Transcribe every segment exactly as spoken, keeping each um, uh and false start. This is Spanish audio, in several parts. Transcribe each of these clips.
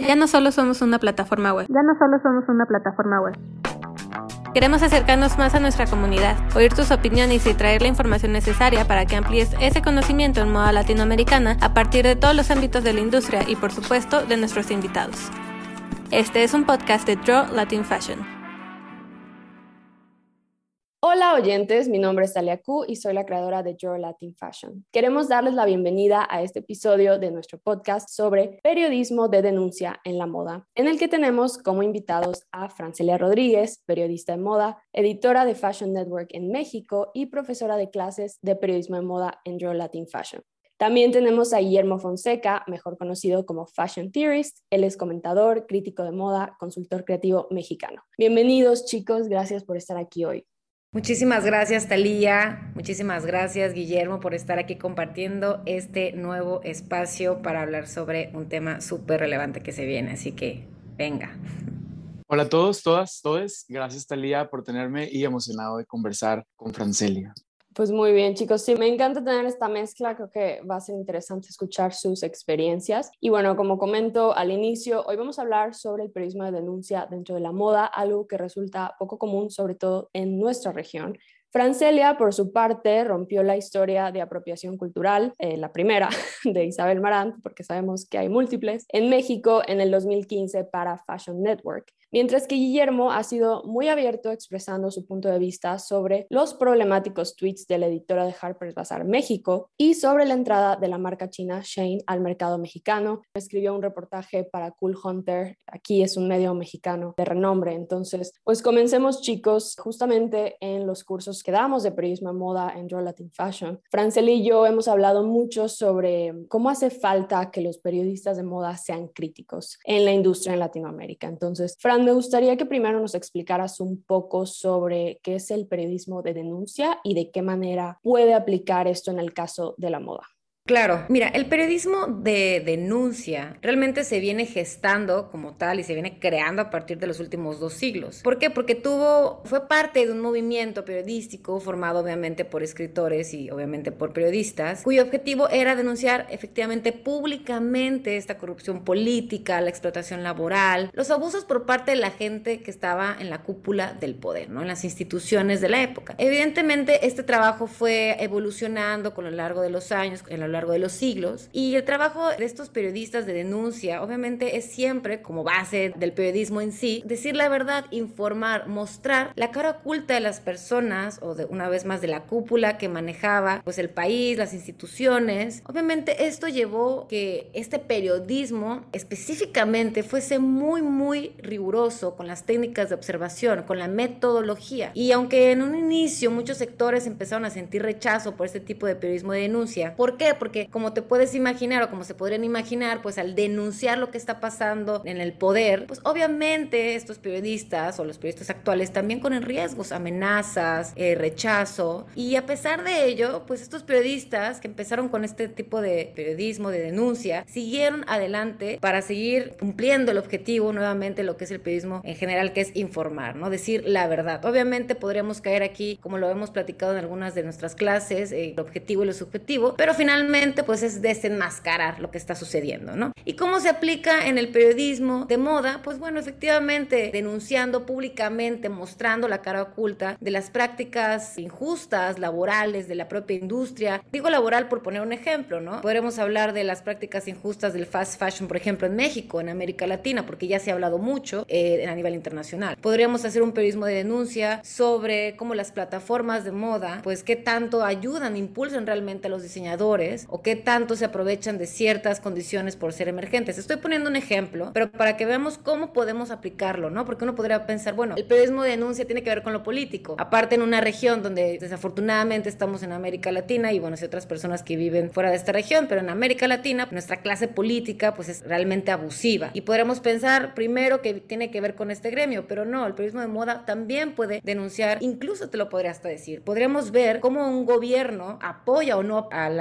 Ya no solo somos una plataforma web. Ya no solo somos una plataforma web. Queremos acercarnos más a nuestra comunidad, oír tus opiniones y traer la información necesaria para que amplíes ese conocimiento en moda latinoamericana a partir de todos los ámbitos de la industria y, por supuesto, de nuestros invitados. Este es un podcast de Draw Latin Fashion. Hola oyentes, mi nombre es Talia Q y soy la creadora de Draw Latin Fashion. Queremos darles la bienvenida a este episodio de nuestro podcast sobre periodismo de denuncia en la moda, en el que tenemos como invitados a Francelia Rodríguez, periodista de moda, editora de Fashion Network en México y profesora de clases de periodismo de moda en Draw Latin Fashion. También tenemos a Guillermo Fonseca, mejor conocido como Fashion Theorist. Él es comentador, crítico de moda, consultor creativo mexicano. Bienvenidos chicos, gracias por estar aquí hoy. Muchísimas gracias, Talía. Muchísimas gracias, Guillermo, por estar aquí compartiendo este nuevo espacio para hablar sobre un tema súper relevante que se viene. Así que, venga. Hola a todos, todas, todes. Gracias, Talía, por tenerme y emocionado de conversar con Francelia. Pues muy bien, chicos. Sí, me encanta tener esta mezcla. Creo que va a ser interesante escuchar sus experiencias. Y bueno, como comento al inicio, hoy vamos a hablar sobre el periodismo de denuncia dentro de la moda, algo que resulta poco común, sobre todo en nuestra región. Francelia, por su parte, rompió la historia de apropiación cultural, eh, la primera de Isabel Marant, porque sabemos que hay múltiples, en México en el dos mil quince para Fashion Network. Mientras que Guillermo ha sido muy abierto expresando su punto de vista sobre los problemáticos tweets de la editora de Harper's Bazaar México y sobre la entrada de la marca china Shein al mercado mexicano. Escribió un reportaje para Cool Hunter, aquí es un medio mexicano de renombre. Entonces, pues comencemos chicos, justamente en los cursos que damos de periodismo de moda en Draw Latin Fashion. Francel y yo hemos hablado mucho sobre cómo hace falta que los periodistas de moda sean críticos en la industria en Latinoamérica. Entonces, Fran, me gustaría que primero nos explicaras un poco sobre qué es el periodismo de denuncia y de qué manera puede aplicar esto en el caso de la moda. Claro, mira, el periodismo de denuncia realmente se viene gestando como tal y se viene creando a partir de los últimos dos siglos. ¿Por qué? Porque tuvo, fue parte de un movimiento periodístico formado obviamente por escritores y obviamente por periodistas, cuyo objetivo era denunciar efectivamente públicamente esta corrupción política, la explotación laboral, los abusos por parte de la gente que estaba en la cúpula del poder, ¿no? En las instituciones de la época. Evidentemente, este trabajo fue evolucionando con lo largo de los años, en lo largo de los siglos, y el trabajo de estos periodistas de denuncia obviamente es siempre, como base del periodismo en sí, decir la verdad, informar, mostrar la cara oculta de las personas o de una vez más de la cúpula que manejaba pues el país, las instituciones. Obviamente esto llevó que este periodismo específicamente fuese muy muy riguroso con las técnicas de observación, con la metodología, y aunque en un inicio muchos sectores empezaron a sentir rechazo por este tipo de periodismo de denuncia. ¿Por qué? Porque como te puedes imaginar o como se podrían imaginar, pues al denunciar lo que está pasando en el poder, pues obviamente estos periodistas o los periodistas actuales también corren riesgos, amenazas, eh, rechazo, y a pesar de ello, pues estos periodistas que empezaron con este tipo de periodismo de denuncia, siguieron adelante para seguir cumpliendo el objetivo, nuevamente lo que es el periodismo en general, que es informar, ¿no? Decir la verdad. Obviamente podríamos caer aquí, como lo hemos platicado en algunas de nuestras clases, eh, el objetivo y lo subjetivo, pero finalmente pues es desenmascarar lo que está sucediendo, ¿no? ¿Y cómo se aplica en el periodismo de moda? Pues bueno, efectivamente denunciando públicamente, mostrando la cara oculta de las prácticas injustas, laborales, de la propia industria. Digo laboral por poner un ejemplo, ¿no? Podremos hablar de las prácticas injustas del fast fashion, por ejemplo, en México, en América Latina, porque ya se ha hablado mucho eh, a nivel internacional. Podríamos hacer un periodismo de denuncia sobre cómo las plataformas de moda, pues qué tanto ayudan, impulsan realmente a los diseñadores o qué tanto se aprovechan de ciertas condiciones por ser emergentes. Estoy poniendo un ejemplo, pero para que veamos cómo podemos aplicarlo, ¿no? Porque uno podría pensar, bueno, el periodismo de denuncia tiene que ver con lo político. Aparte, en una región donde desafortunadamente estamos en América Latina y bueno, hay otras personas que viven fuera de esta región, pero en América Latina nuestra clase política pues es realmente abusiva. Y podríamos pensar primero que tiene que ver con este gremio, pero no, el periodismo de moda también puede denunciar, incluso te lo podría hasta decir. Podríamos ver cómo un gobierno apoya o no a la industria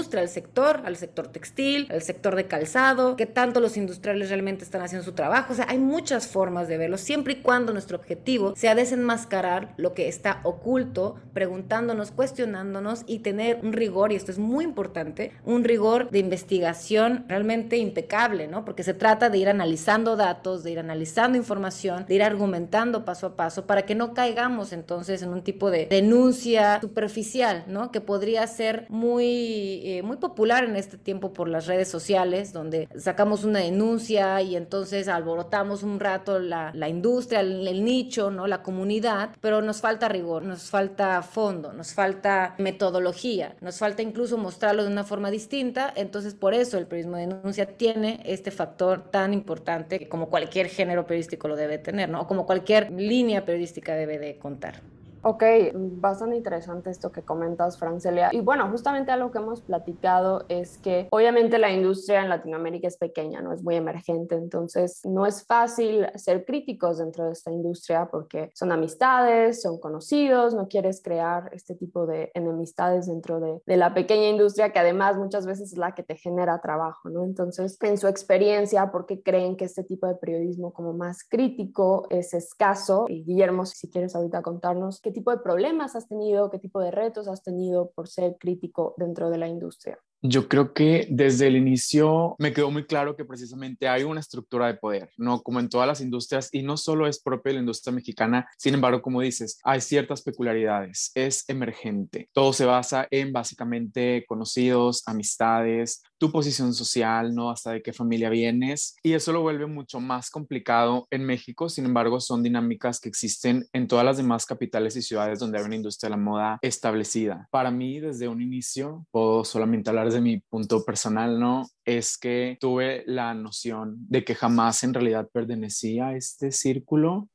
industria, al sector, al sector textil, al sector de calzado, qué tanto los industriales realmente están haciendo su trabajo. O sea, hay muchas formas de verlo, siempre y cuando nuestro objetivo sea desenmascarar lo que está oculto, preguntándonos, cuestionándonos y tener un rigor, y esto es muy importante, un rigor de investigación realmente impecable, ¿no? Porque se trata de ir analizando datos, de ir analizando información, de ir argumentando paso a paso para que no caigamos entonces en un tipo de denuncia superficial, ¿no? Que podría ser muy, eh, muy popular en este tiempo por las redes sociales, donde sacamos una denuncia y entonces alborotamos un rato la, la industria, el, el nicho, ¿no? La comunidad, pero nos falta rigor, nos falta fondo, nos falta metodología, nos falta incluso mostrarlo de una forma distinta. Entonces por eso el periodismo de denuncia tiene este factor tan importante que como cualquier género periodístico lo debe tener, ¿no? O como cualquier línea periodística debe de contar. Ok, bastante interesante esto que comentas, Francelia. Y bueno, justamente algo que hemos platicado es que obviamente la industria en Latinoamérica es pequeña, no es muy emergente, entonces no es fácil ser críticos dentro de esta industria porque son amistades, son conocidos, no quieres crear este tipo de enemistades dentro de, de la pequeña industria que además muchas veces es la que te genera trabajo, ¿no? Entonces, en su experiencia, ¿por qué creen que este tipo de periodismo como más crítico es escaso? Y Guillermo, si quieres ahorita contarnos qué tipo de problemas has tenido, qué tipo de retos has tenido por ser crítico dentro de la industria. Yo creo que desde el inicio me quedó muy claro que precisamente hay una estructura de poder, ¿no? Como en todas las industrias, y no solo es propia de la industria mexicana, sin embargo, como dices, hay ciertas peculiaridades, es emergente. Todo se basa en básicamente conocidos, amistades, tu posición social, ¿no? Hasta de qué familia vienes, y eso lo vuelve mucho más complicado en México. Sin embargo, son dinámicas que existen en todas las demás capitales y ciudades donde hay una industria de la moda establecida. Para mí, desde un inicio, puedo solamente hablar de mi punto personal, ¿no? Es que tuve la noción de que jamás en realidad pertenecía a este círculo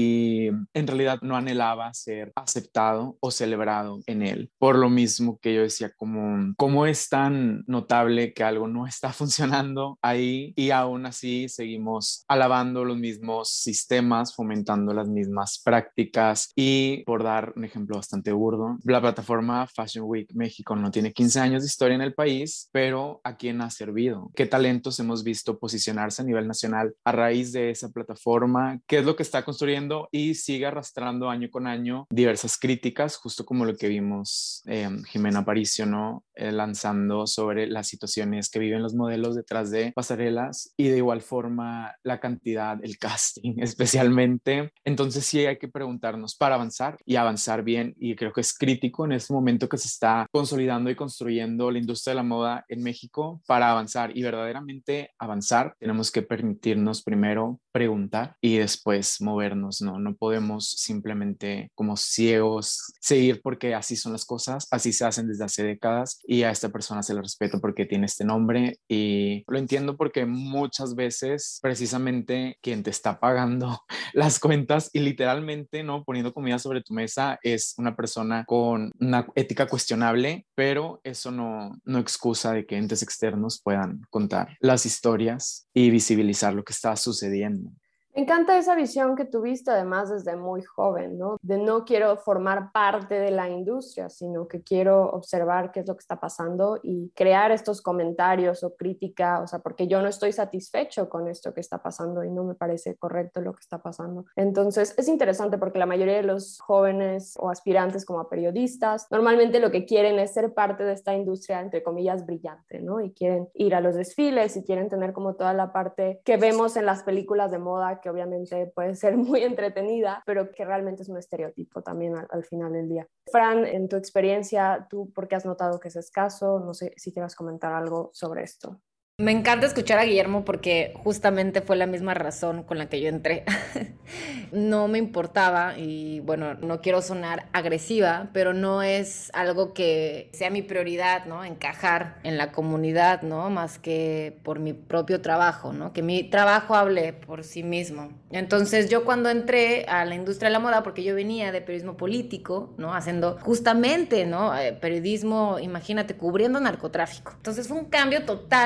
y en realidad no anhelaba ser aceptado o celebrado en él. Por lo mismo que yo decía, como, ¿cómo es tan notable que algo no está funcionando ahí y aún así seguimos alabando los mismos sistemas, fomentando las mismas prácticas? Y por dar un ejemplo bastante burdo, la plataforma Fashion Week México no tiene quince años de historia en el país, pero ¿a quién ha servido? ¿Qué talentos hemos visto posicionarse a nivel nacional a raíz de esa plataforma? ¿Qué es lo que está construyendo? Y sigue arrastrando año con año diversas críticas, justo como lo que vimos eh, Jimena Aparicio, ¿no? Eh, lanzando sobre las situaciones que viven los modelos detrás de pasarelas, y de igual forma la cantidad, el casting especialmente. Entonces sí hay que preguntarnos para avanzar y avanzar bien, y creo que es crítico en este momento que se está consolidando y construyendo la industria de la moda en México. Para avanzar y verdaderamente avanzar, tenemos que permitirnos primero preguntar y después mover. No, no podemos simplemente como ciegos seguir porque así son las cosas, así se hacen desde hace décadas y a esta persona se le respeta porque tiene este nombre. Y lo entiendo porque muchas veces precisamente quien te está pagando las cuentas y literalmente, ¿no?, poniendo comida sobre tu mesa es una persona con una ética cuestionable, pero eso no, no excusa de que entes externos puedan contar las historias y visibilizar lo que está sucediendo. Me encanta esa visión que tuviste además desde muy joven, ¿no? De no quiero formar parte de la industria, sino que quiero observar qué es lo que está pasando y crear estos comentarios o crítica, o sea, porque yo no estoy satisfecho con esto que está pasando y no me parece correcto lo que está pasando. Entonces es interesante porque la mayoría de los jóvenes o aspirantes como a periodistas normalmente lo que quieren es ser parte de esta industria, entre comillas, brillante, ¿no? Y quieren ir a los desfiles y quieren tener como toda la parte que vemos en las películas de moda, que obviamente puede ser muy entretenida, pero que realmente es un estereotipo también al, al final del día. Fran, en tu experiencia, ¿tú por qué has notado que es escaso? No sé si quieras comentar algo sobre esto. Me encanta escuchar a Guillermo porque justamente fue la misma razón con la que yo entré. No me importaba y bueno, no quiero sonar agresiva, pero no es algo que sea mi prioridad, ¿no? Encajar en la comunidad, ¿no? Más que por mi propio trabajo, ¿no? Que mi trabajo hable por sí mismo. Entonces yo cuando entré a la industria de la moda, porque yo venía de periodismo político, ¿no? Haciendo justamente, ¿no? Periodismo, imagínate, cubriendo narcotráfico. Entonces fue un cambio totalmente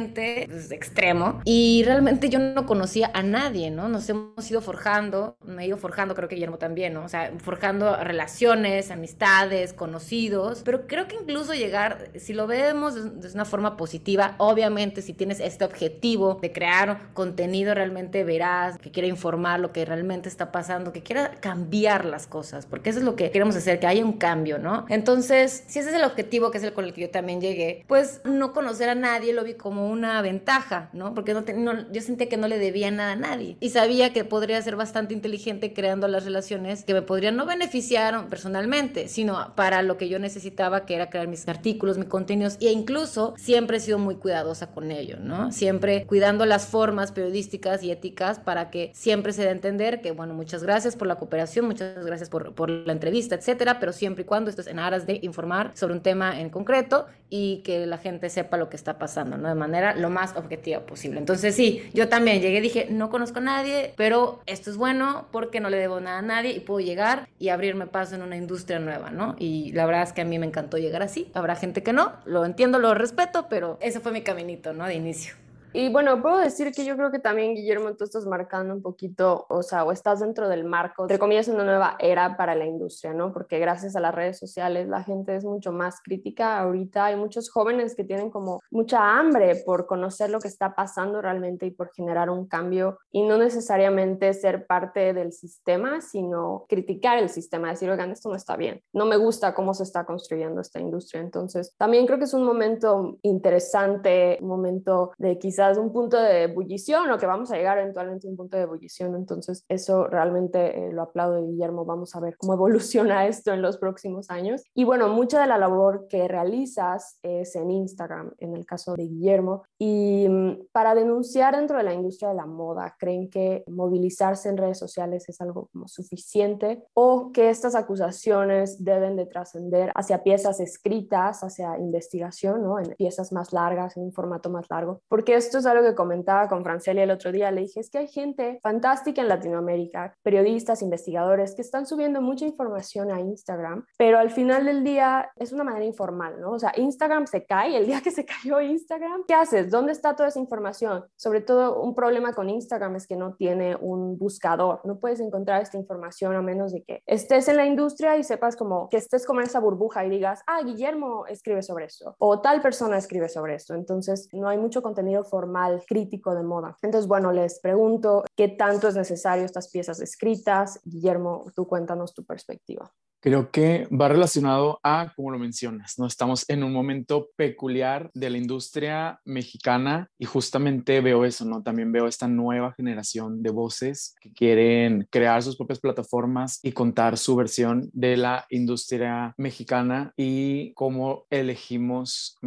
totalmente pues, extremo y realmente yo no conocía a nadie, ¿no? Nos hemos ido forjando, me he ido forjando, creo que Guillermo también, ¿no? O sea, forjando relaciones, amistades, conocidos, pero creo que incluso llegar, si lo vemos de una forma positiva, obviamente si tienes este objetivo de crear contenido realmente veraz, que quiera informar lo que realmente está pasando, que quiera cambiar las cosas, porque eso es lo que queremos hacer, que haya un cambio, ¿no? Entonces, si ese es el objetivo, que es el con el que yo también llegué, pues no conocer a nadie lo vi como una ventaja, ¿no? Porque no, te, no yo sentía que no le debía nada a nadie y sabía que podría ser bastante inteligente creando las relaciones que me podrían no beneficiar personalmente, sino para lo que yo necesitaba, que era crear mis artículos, mis contenidos, e incluso siempre he sido muy cuidadosa con ello, ¿no? Siempre cuidando las formas periodísticas y éticas para que siempre se dé a entender que, bueno, muchas gracias por la cooperación, muchas gracias por, por la entrevista, etcétera, pero siempre y cuando esto es en aras de informar sobre un tema en concreto y que la gente sepa lo que está pasando, ¿no? De manera lo más objetiva posible. Entonces sí, yo también llegué y dije, no conozco a nadie, pero esto es bueno porque no le debo nada a nadie y puedo llegar y abrirme paso en una industria nueva, ¿no? Y la verdad es que a mí me encantó llegar así. Habrá gente que no, lo entiendo, lo respeto, pero ese fue mi caminito, ¿no? De inicio. Y bueno, puedo decir que yo creo que también, Guillermo, tú estás marcando un poquito, o sea, o estás dentro del marco, entre comillas, una nueva era para la industria, ¿no? Porque gracias a las redes sociales la gente es mucho más crítica. Ahorita hay muchos jóvenes que tienen como mucha hambre por conocer lo que está pasando realmente y por generar un cambio y no necesariamente ser parte del sistema, sino criticar el sistema, decir, oigan, esto no está bien, no me gusta cómo se está construyendo esta industria. Entonces, también creo que es un momento interesante, un momento de quizás un punto de ebullición o que vamos a llegar eventualmente a un punto de ebullición. Entonces eso realmente eh, lo aplaudo de Guillermo. Vamos a ver cómo evoluciona esto en los próximos años. Y bueno, mucha de la labor que realizas es en Instagram, en el caso de Guillermo. Y um, para denunciar dentro de la industria de la moda, ¿creen que movilizarse en redes sociales es algo como suficiente o que estas acusaciones deben de trascender hacia piezas escritas, hacia investigación, ¿no? En piezas más largas, en un formato más largo? Porque esto es algo que comentaba con Franceli el otro día. Le dije, es que hay gente fantástica en Latinoamérica, periodistas, investigadores, que están subiendo mucha información a Instagram, pero al final del día es una manera informal, ¿no? O sea, Instagram se cae, el día que se cayó Instagram, ¿qué haces? ¿Dónde está toda esa información? Sobre todo, un problema con Instagram es que no tiene un buscador, no puedes encontrar esta información a menos de que estés en la industria y sepas como que estés como en esa burbuja y digas, ah, Guillermo escribe sobre esto, o tal persona escribe sobre esto. Entonces, no hay mucho contenido formal, crítico de moda. Entonces, bueno, les pregunto qué tanto es necesario estas piezas escritas. Guillermo, tú cuéntanos tu perspectiva. Creo que va relacionado a, como lo mencionas, ¿no? Estamos en un momento peculiar de la industria mexicana y justamente veo eso, ¿no? También veo esta nueva generación de voces que quieren crear sus propias plataformas y contar su versión de la industria mexicana y cómo elegimos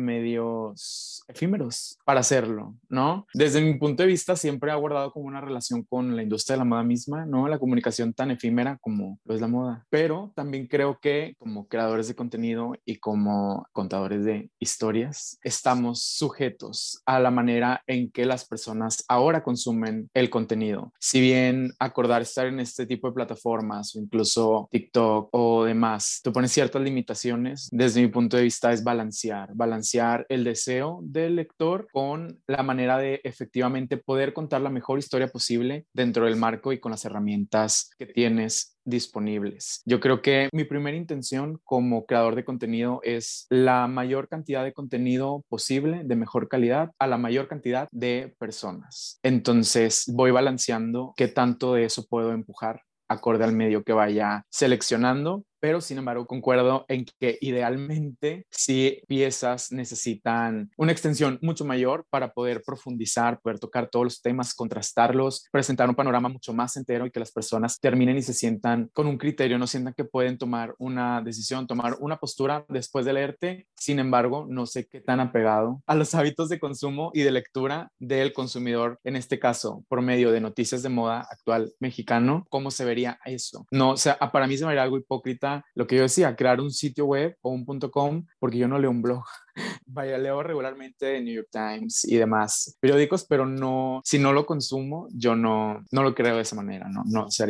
medios efímeros para hacerlo, ¿no? Desde mi punto de vista siempre ha guardado como una relación con la industria de la moda misma, ¿no? La comunicación tan efímera como lo es la moda, pero también creo que como creadores de contenido y como contadores de historias, estamos sujetos a la manera en que las personas ahora consumen el contenido. Si bien acordar estar en este tipo de plataformas o incluso TikTok o demás, te pones ciertas limitaciones, desde mi punto de vista es balancear, balancear el deseo del lector con la manera de efectivamente poder contar la mejor historia posible dentro del marco y con las herramientas que tienes disponibles. Yo creo que mi primera intención como creador de contenido es la mayor cantidad de contenido posible, de mejor calidad, a la mayor cantidad de personas. Entonces voy balanceando qué tanto de eso puedo empujar acorde al medio que vaya seleccionando, pero sin embargo concuerdo en que idealmente sí piezas necesitan una extensión mucho mayor para poder profundizar, poder tocar todos los temas, contrastarlos, presentar un panorama mucho más entero y que las personas terminen y se sientan con un criterio, no sientan que pueden tomar una decisión, tomar una postura después de leerte. Sin embargo, no sé qué tan apegado a los hábitos de consumo y de lectura del consumidor, en este caso, por medio de noticias de moda actual mexicano, cómo se vería eso. No, o sea, para mí se me haría algo hipócrita lo que yo decía, crear un sitio web o un .com, porque yo no leo un blog. Vaya, leo regularmente de New York Times y demás periódicos, pero no, si no lo consumo, yo no, no lo creo de esa manera, no, no sería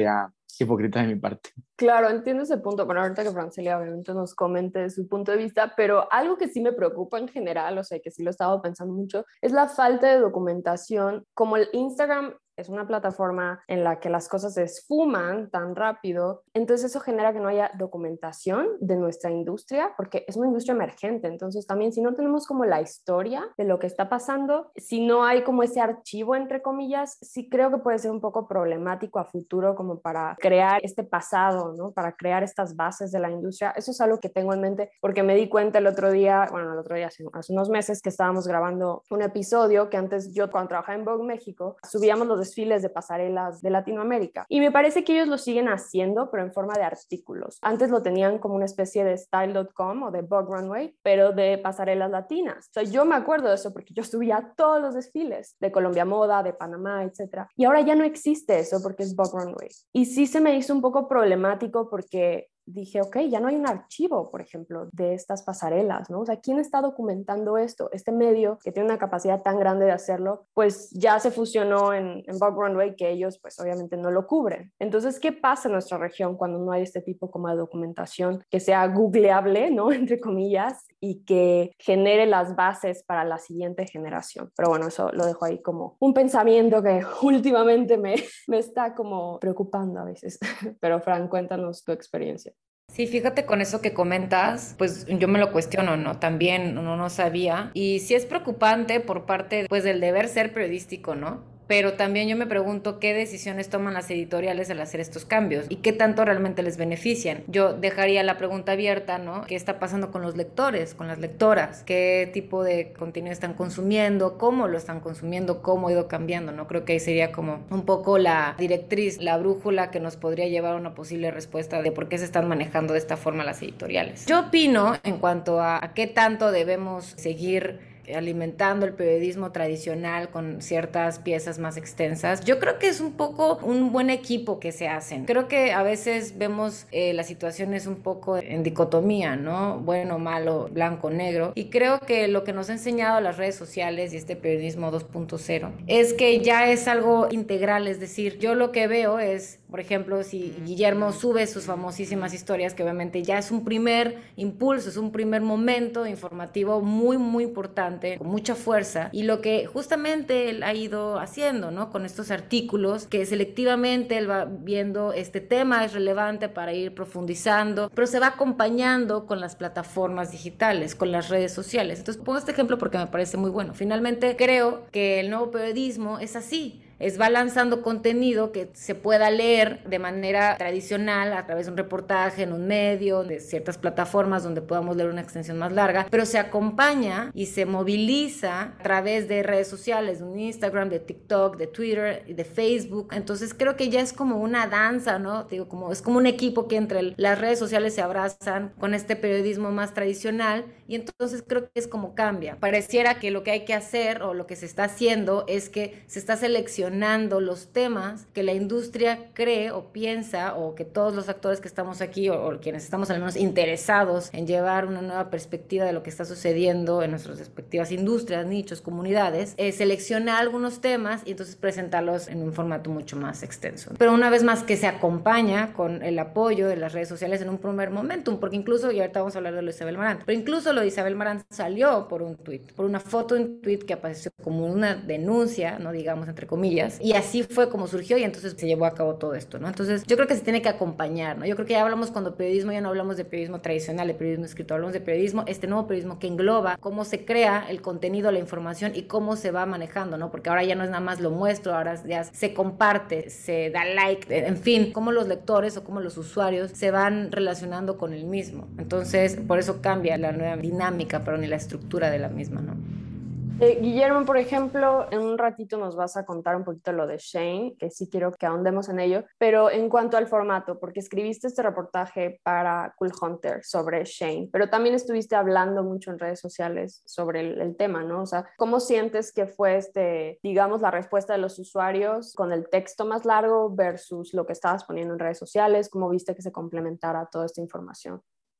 hipócrita de mi parte. Claro, entiendo ese punto. Bueno, ahorita que Francilia obviamente nos comente su punto de vista, pero algo que sí me preocupa en general, o sea, que sí lo he estado pensando mucho, es la falta de documentación. Como el Instagram es una plataforma en la que las cosas se esfuman tan rápido, entonces eso genera que no haya documentación de nuestra industria, porque es una industria emergente. Entonces también, si no tenemos como la historia de lo que está pasando, si no hay como ese archivo, entre comillas, sí creo que puede ser un poco problemático a futuro como para crear este pasado, ¿no? Para crear estas bases de la industria. Eso es algo que tengo en mente porque me di cuenta el otro día, bueno, el otro día, hace, hace unos meses, que estábamos grabando un episodio que antes yo, cuando trabajaba en Vogue México, subíamos los desfiles de pasarelas de Latinoamérica. Y me parece que ellos lo siguen haciendo, pero en forma de artículos. Antes lo tenían como una especie de style punto com o de Vogue Runway, pero de pasarelas latinas. O sea, yo me acuerdo de eso porque yo subía todos los desfiles de Colombia Moda, de Panamá, etcétera. Y ahora ya no existe eso porque es Vogue Runway. Y sí se me hizo un poco problemático porque dije, ok, ya no hay un archivo, por ejemplo, de estas pasarelas, ¿no? O sea, ¿quién está documentando esto? Este medio que tiene una capacidad tan grande de hacerlo, pues ya se fusionó en, en Vogue Runway, que ellos pues obviamente no lo cubren. Entonces, ¿qué pasa en nuestra región cuando no hay este tipo como de documentación que sea googleable, ¿no? Entre comillas, y que genere las bases para la siguiente generación? Pero bueno, eso lo dejo ahí como un pensamiento que últimamente me, me está como preocupando a veces. Pero Fran, cuéntanos tu experiencia. Sí, fíjate con eso que comentas, pues yo me lo cuestiono, ¿no? También no, no sabía. Y sí es preocupante por parte, pues, del deber ser periodístico, ¿no? Pero también yo me pregunto qué decisiones toman las editoriales al hacer estos cambios y qué tanto realmente les benefician. Yo dejaría la pregunta abierta, ¿no? ¿Qué está pasando con los lectores, con las lectoras? ¿Qué tipo de contenido están consumiendo? ¿Cómo lo están consumiendo? ¿Cómo ha ido cambiando? ¿No? Creo que ahí sería como un poco la directriz, la brújula que nos podría llevar a una posible respuesta de por qué se están manejando de esta forma las editoriales. Yo opino en cuanto a, a qué tanto debemos seguir alimentando el periodismo tradicional con ciertas piezas más extensas. Yo creo que es un poco un buen equipo que se hacen. Creo que a veces vemos eh, las situaciones un poco en dicotomía, ¿no? Bueno, malo, blanco, negro. Y creo que lo que nos ha enseñado las redes sociales y este periodismo dos punto cero es que ya es algo integral. Es decir, yo lo que veo es, por ejemplo, si Guillermo sube sus famosísimas historias, que obviamente ya es un primer impulso, es un primer momento informativo muy, muy importante, con mucha fuerza, y lo que justamente él ha ido haciendo, ¿no? Con estos artículos que selectivamente él va viendo este tema es relevante para ir profundizando, pero se va acompañando con las plataformas digitales, con las redes sociales. Entonces pongo este ejemplo porque me parece muy bueno. Finalmente creo que el nuevo periodismo es así. Es va lanzando contenido que se pueda leer de manera tradicional a través de un reportaje en un medio, de ciertas plataformas donde podamos leer una extensión más larga, pero se acompaña y se moviliza a través de redes sociales, de un Instagram, de TikTok, de Twitter, de Facebook. Entonces creo que ya es como una danza, ¿no? Digo, como, es como un equipo que entre las redes sociales se abrazan con este periodismo más tradicional, y entonces creo que es como cambia. Pareciera que lo que hay que hacer o lo que se está haciendo es que se está seleccionando los temas que la industria cree o piensa, o que todos los actores que estamos aquí o, o quienes estamos al menos interesados en llevar una nueva perspectiva de lo que está sucediendo en nuestras respectivas industrias, nichos, comunidades, eh, seleccionar algunos temas y entonces presentarlos en un formato mucho más extenso. Pero una vez más que se acompaña con el apoyo de las redes sociales en un primer momentum, porque incluso, y ahorita vamos a hablar de lo de Isabel Marant, pero incluso lo de Isabel Marant salió por un tweet, por una foto en un tweet que apareció como una denuncia, no digamos entre comillas, y así fue como surgió, y entonces se llevó a cabo todo esto, ¿no? Entonces yo creo que se tiene que acompañar, ¿no? Yo creo que ya hablamos cuando periodismo, ya no hablamos de periodismo tradicional, de periodismo escrito, hablamos de periodismo, este nuevo periodismo que engloba cómo se crea el contenido, la información y cómo se va manejando, ¿no? Porque ahora ya no es nada más lo muestro, ahora ya se comparte, se da like, en fin, cómo los lectores o cómo los usuarios se van relacionando con el mismo. Entonces por eso cambia la nueva dinámica, pero ni la estructura de la misma, ¿no? Eh, Guillermo, por ejemplo, en un ratito nos vas a contar un poquito lo de Shein, que sí quiero que ahondemos en ello, pero en cuanto al formato, porque escribiste este reportaje para Cool Hunter sobre Shein, pero también estuviste hablando mucho en redes sociales sobre el, el tema, ¿no? O sea, ¿cómo sientes que fue, este, digamos, la respuesta de los usuarios con el texto más largo versus lo que estabas poniendo en redes sociales? ¿Cómo viste que se complementara toda esta información?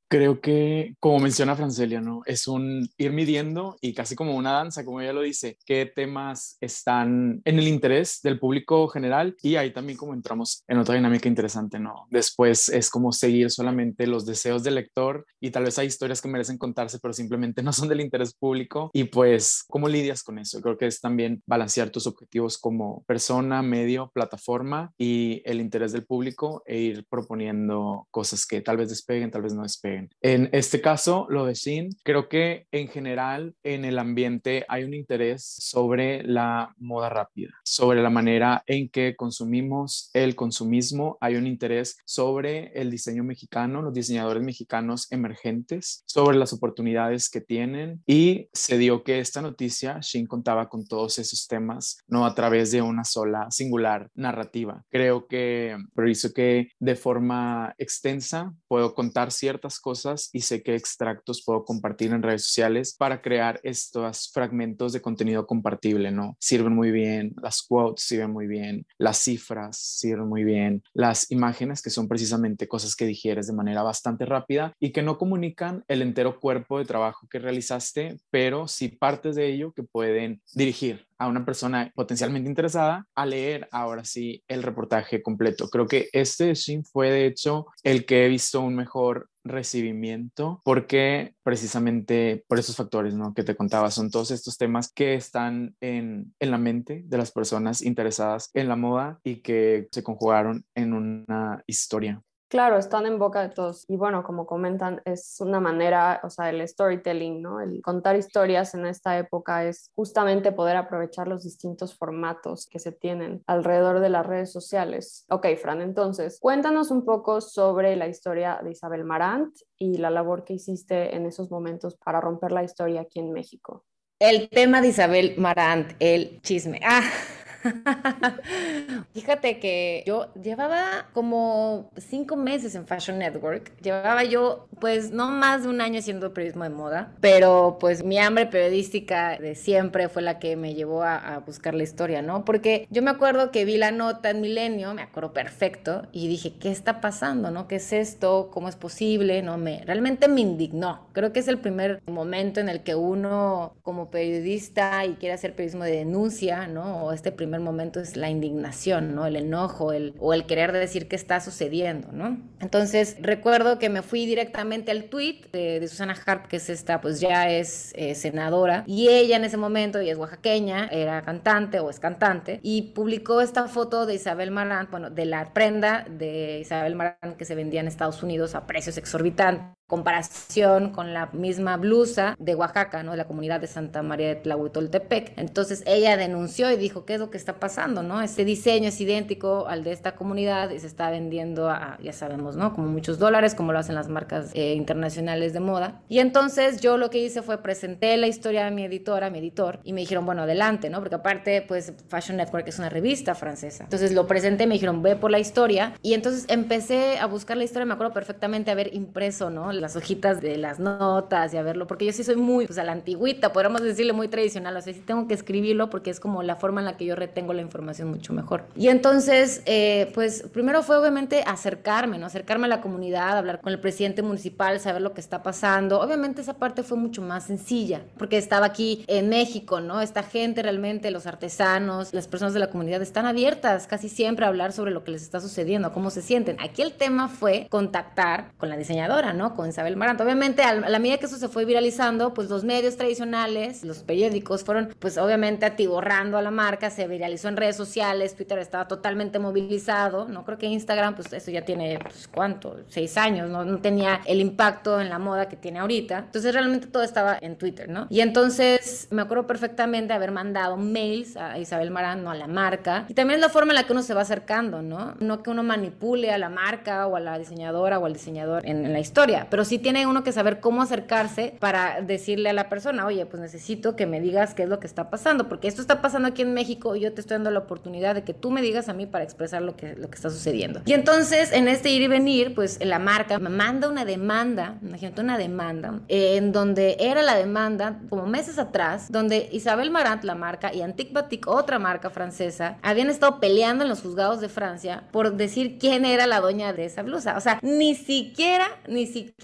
Creo que, como menciona Francelia, ¿no? Es un ir midiendo y casi como una danza, como ella lo dice, qué temas están en el interés del público general, y ahí también como entramos en otra dinámica interesante, ¿no? Después es como seguir solamente los deseos del lector, y tal vez hay historias que merecen contarse, pero simplemente no son del interés público, y pues, ¿cómo lidias con eso? Creo que es también balancear tus objetivos como persona, medio, plataforma y el interés del público, e ir proponiendo cosas que tal vez despeguen, tal vez no despeguen. En este caso, lo de Shein, creo que en general en el ambiente hay un interés sobre la moda rápida, sobre la manera en que consumimos, el consumismo. Hay un interés sobre el diseño mexicano, los diseñadores mexicanos emergentes, sobre las oportunidades que tienen, y se dio que esta noticia, Shein contaba con todos esos temas, no a través de una sola singular narrativa. Creo que por eso que de forma extensa puedo contar ciertas cosas y sé qué extractos puedo compartir en redes sociales para crear estos fragmentos de contenido compartible, ¿no? Sirven muy bien, las quotes sirven muy bien, las cifras sirven muy bien, las imágenes, que son precisamente cosas que digieres de manera bastante rápida y que no comunican el entero cuerpo de trabajo que realizaste, pero sí partes de ello que pueden dirigir a una persona potencialmente interesada a leer ahora sí el reportaje completo. Creo que este de Shein fue de hecho el que he visto un mejor recibimiento, porque precisamente por esos factores, ¿no?, que te contaba, son todos estos temas que están en, en la mente de las personas interesadas en la moda y que se conjugaron en una historia. Claro, están en boca de todos. Y bueno, como comentan, es una manera, o sea, el storytelling, ¿no? El contar historias en esta época es justamente poder aprovechar los distintos formatos que se tienen alrededor de las redes sociales. Ok, Fran, entonces, cuéntanos un poco sobre la historia de Isabel Marant y la labor que hiciste en esos momentos para romper la historia aquí en México. El tema de Isabel Marant, el chisme. Ah. Fíjate que yo llevaba como cinco meses en Fashion Network. Llevaba yo, pues, no más de un año haciendo periodismo de moda, pero pues mi hambre periodística de siempre fue la que me llevó a, a buscar la historia, ¿no? Porque yo me acuerdo que vi la nota en Milenio, me acuerdo perfecto, y dije, ¿qué está pasando, no? ¿Qué es esto? ¿Cómo es posible? No, me, realmente me indignó. Creo que es el primer momento en el que uno, como periodista y quiere hacer periodismo de denuncia, ¿no? O este primer momento es la indignación, ¿no? El enojo, el, o el querer decir qué está sucediendo, ¿no? Entonces, recuerdo que me fui directamente al tweet de, de Susana Harp, que es esta, pues ya es eh, senadora, y ella en ese momento, ella es oaxaqueña, era cantante o es cantante, y publicó esta foto de Isabel Marant, bueno, de la prenda de Isabel Marant que se vendía en Estados Unidos a precios exorbitantes, comparación con la misma blusa de Oaxaca, ¿no? De la comunidad de Santa María de Tlahuitoltepec. Entonces ella denunció y dijo, ¿qué es lo que está pasando, no? Este diseño es idéntico al de esta comunidad y se está vendiendo a, ya sabemos, ¿no? Como muchos dólares, como lo hacen las marcas eh, internacionales de moda. Y entonces yo lo que hice fue presenté la historia a mi editora, a mi editor, y me dijeron, bueno, adelante, ¿no? Porque aparte, pues, Fashion Network es una revista francesa. Entonces lo presenté, me dijeron, ve por la historia, y entonces empecé a buscar la historia, me acuerdo perfectamente haber impreso, ¿no? Las hojitas de las notas y a verlo, porque yo sí soy muy, pues a la antigüita, podríamos decirle muy tradicional, o sea, sí tengo que escribirlo porque es como la forma en la que yo retengo la información mucho mejor. Y entonces, eh, pues primero fue obviamente acercarme, ¿no? Acercarme a la comunidad, hablar con el presidente municipal, saber lo que está pasando. Obviamente esa parte fue mucho más sencilla, porque estaba aquí en México, ¿no? Esta gente realmente, los artesanos, las personas de la comunidad están abiertas casi siempre a hablar sobre lo que les está sucediendo, cómo se sienten. Aquí el tema fue contactar con la diseñadora, ¿no? Con Isabel Marant. Obviamente, a la medida que eso se fue viralizando, pues los medios tradicionales, los periódicos fueron, pues obviamente atiborrando a la marca, se viralizó en redes sociales, Twitter estaba totalmente movilizado, ¿no? Creo que Instagram, pues eso ya tiene, pues, ¿cuánto? Seis años, ¿no? No tenía el impacto en la moda que tiene ahorita. Entonces, realmente todo estaba en Twitter, ¿no? Y entonces, me acuerdo perfectamente haber mandado mails a Isabel Marant, no a la marca. Y también es la forma en la que uno se va acercando, ¿no? No que uno manipule a la marca o a la diseñadora o al diseñador en, en la historia, pero sí tiene uno que saber cómo acercarse para decirle a la persona, oye, pues necesito que me digas qué es lo que está pasando, porque esto está pasando aquí en México y yo te estoy dando la oportunidad de que tú me digas a mí para expresar lo que, lo que está sucediendo. Y entonces, en este ir y venir, pues la marca me manda una demanda, imagínate una demanda, eh, en donde era la demanda, como meses atrás, donde Isabel Marant, la marca, y Antique Batik, otra marca francesa, habían estado peleando en los juzgados de Francia por decir quién era la dueña de esa blusa. O sea, ni siquiera, ni siquiera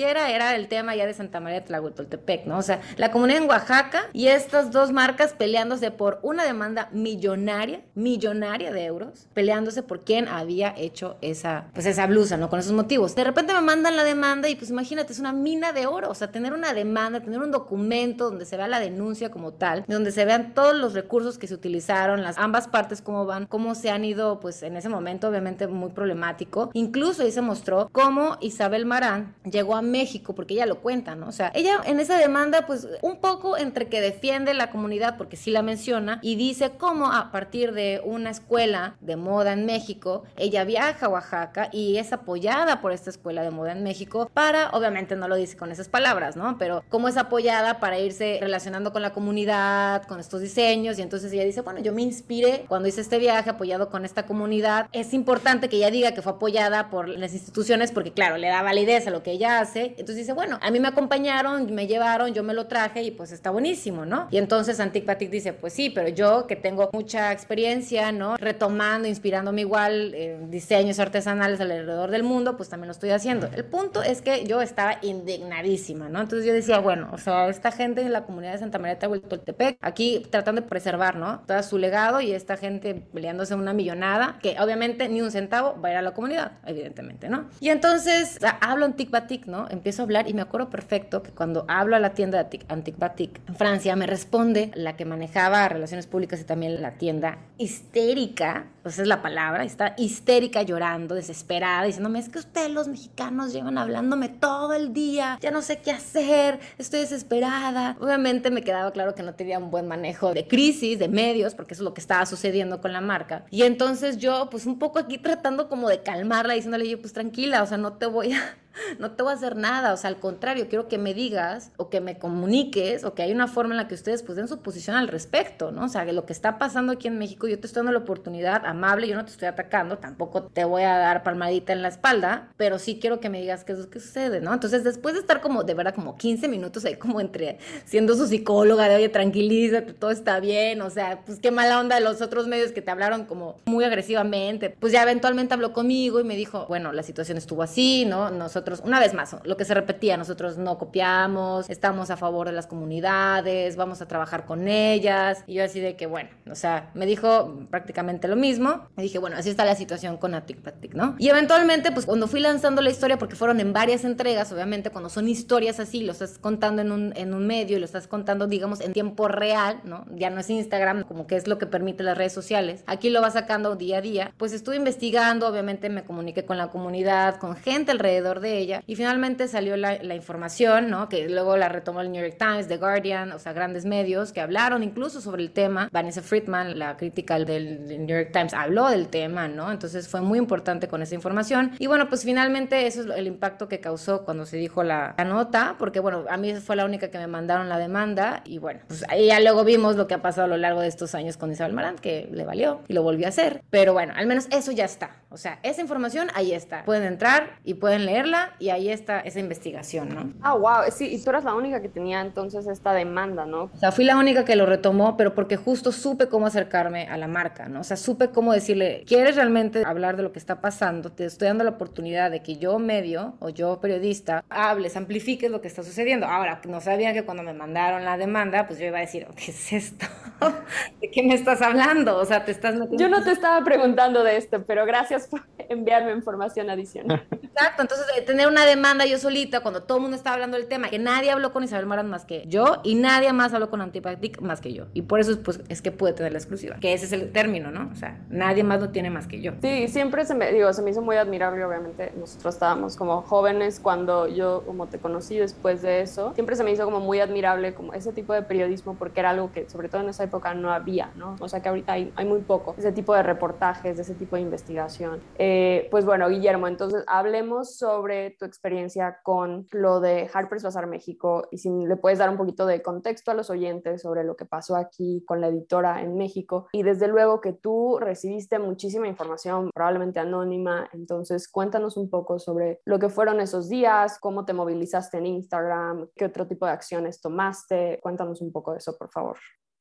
siquiera era el tema ya de Santa María de Tlahuitoltepec, ¿no? O sea, la comunidad en Oaxaca y estas dos marcas peleándose por una demanda millonaria, millonaria de euros, peleándose por quién había hecho esa, pues esa blusa, ¿no? Con esos motivos. De repente me mandan la demanda y pues imagínate, es una mina de oro, o sea, tener una demanda, tener un documento donde se vea la denuncia como tal, donde se vean todos los recursos que se utilizaron, las ambas partes cómo van, cómo se han ido, pues en ese momento obviamente muy problemático. Incluso ahí se mostró cómo Isabel Marant llegó a México, porque ella lo cuenta, ¿no? O sea, ella en esa demanda, pues un poco entre que defiende la comunidad, porque sí la menciona, y dice cómo a partir de una escuela de moda en México, ella viaja a Oaxaca y es apoyada por esta escuela de moda en México para, obviamente no lo dice con esas palabras, ¿no? Pero cómo es apoyada para irse relacionando con la comunidad, con estos diseños, y entonces ella dice, bueno, yo me inspiré cuando hice este viaje apoyado con esta comunidad. Es importante que ella diga que fue apoyada por las instituciones porque, claro, le da validez a lo que ella hace. Entonces dice, bueno, a mí me acompañaron, me llevaron, yo me lo traje y pues está buenísimo, ¿no? Y entonces Antic Batik dice, pues sí, pero yo que tengo mucha experiencia, ¿no? Retomando, inspirándome igual en diseños artesanales alrededor del mundo, pues también lo estoy haciendo. El punto es que yo estaba indignadísima, ¿no? Entonces yo decía, bueno, o sea, esta gente en la comunidad de Santa María de Tlahuitoltepec, aquí tratando de preservar, ¿no? Todo su legado, y esta gente peleándose una millonada, que obviamente ni un centavo va a ir a la comunidad, evidentemente, ¿no? Y entonces, o sea, hablo Antic Batik, ¿no? Empiezo a hablar y me acuerdo perfecto que cuando hablo a la tienda de Antic Batik en Francia, me responde la que manejaba relaciones públicas y también la tienda, histérica, pues esa es la palabra, está histérica, llorando, desesperada, diciéndome, es que ustedes los mexicanos llevan hablándome todo el día, ya no sé qué hacer, estoy desesperada. Obviamente me quedaba claro que no tenía un buen manejo de crisis, de medios, porque eso es lo que estaba sucediendo con la marca. Y entonces yo, pues un poco aquí tratando como de calmarla, diciéndole, yo, pues tranquila, o sea, no te voy a... no te voy a hacer nada, o sea, al contrario, quiero que me digas o que me comuniques o que hay una forma en la que ustedes pues den su posición al respecto, ¿no? O sea, que lo que está pasando aquí en México, yo te estoy dando la oportunidad amable, yo no te estoy atacando, tampoco te voy a dar palmadita en la espalda, pero sí quiero que me digas qué es lo que sucede, ¿no? Entonces, después de estar como, de verdad, como quince minutos ahí como entre, siendo su psicóloga, de oye, tranquilízate, todo está bien, o sea, pues qué mala onda de los otros medios que te hablaron como muy agresivamente, pues ya eventualmente habló conmigo y me dijo, bueno, la situación estuvo así, ¿no? Nosotros una vez más, lo que se repetía, nosotros no copiamos, estamos a favor de las comunidades, vamos a trabajar con ellas, y yo así de que bueno, o sea, me dijo prácticamente lo mismo, y dije, bueno, así está la situación con Antic Batik, ¿no? Y eventualmente, pues cuando fui lanzando la historia, porque fueron en varias entregas, obviamente cuando son historias así, lo estás contando en un, en un medio y lo estás contando, digamos, en tiempo real, ¿no? Ya no es Instagram, como que es lo que permite las redes sociales, aquí lo vas sacando día a día, pues estuve investigando, obviamente me comuniqué con la comunidad, con gente alrededor de ella, y finalmente salió la, la información, ¿no? Que luego la retomó el New York Times, The Guardian, o sea, grandes medios que hablaron incluso sobre el tema. Vanessa Friedman, la crítica del, del New York Times, habló del tema, ¿no? Entonces fue muy importante con esa información. Y bueno, pues finalmente eso es el impacto que causó cuando se dijo la, la nota, porque bueno, a mí fue la única que me mandaron la demanda, y bueno, pues ahí ya luego vimos lo que ha pasado a lo largo de estos años con Isabel Marant, que le valió y lo volvió a hacer. Pero bueno, al menos eso ya está. O sea, esa información ahí está. Pueden entrar y pueden leerla, y ahí está esa investigación, ¿no? Ah, wow, sí, y tú eras la única que tenía entonces esta demanda, ¿no? O sea, fui la única que lo retomó, pero porque justo supe cómo acercarme a la marca, ¿no? O sea, supe cómo decirle, ¿quieres realmente hablar de lo que está pasando? Te estoy dando la oportunidad de que yo medio, o yo periodista, hables, amplifiques lo que está sucediendo. Ahora, no sabía que cuando me mandaron la demanda, pues yo iba a decir, ¿qué es esto? ¿De qué me estás hablando? O sea, te estás metiendo... Yo no te estaba preguntando de esto, pero gracias por enviarme información adicional. Exacto, entonces de tener una demanda yo solita cuando todo el mundo estaba hablando del tema, que nadie habló con Isabel Marant más que yo y nadie más habló con Antic Batik más que yo, y por eso pues, es que pude tener la exclusiva, que ese es el término, ¿no? O sea, nadie más lo tiene más que yo. Sí, siempre se me, digo, se me hizo muy admirable, obviamente nosotros estábamos como jóvenes cuando yo como te conocí después de eso, siempre se me hizo como muy admirable como ese tipo de periodismo, porque era algo que sobre todo en esa época no había, ¿no? O sea que ahorita hay, hay muy poco, ese tipo de reportajes, de ese tipo de investigación. Eh, pues bueno, Guillermo, entonces hablemos sobre tu experiencia con lo de Harper's Bazaar México, y si le puedes dar un poquito de contexto a los oyentes sobre lo que pasó aquí con la editora en México, y desde luego que tú recibiste muchísima información, probablemente anónima, entonces cuéntanos un poco sobre lo que fueron esos días, cómo te movilizaste en Instagram, qué otro tipo de acciones tomaste, cuéntanos un poco de eso, por favor.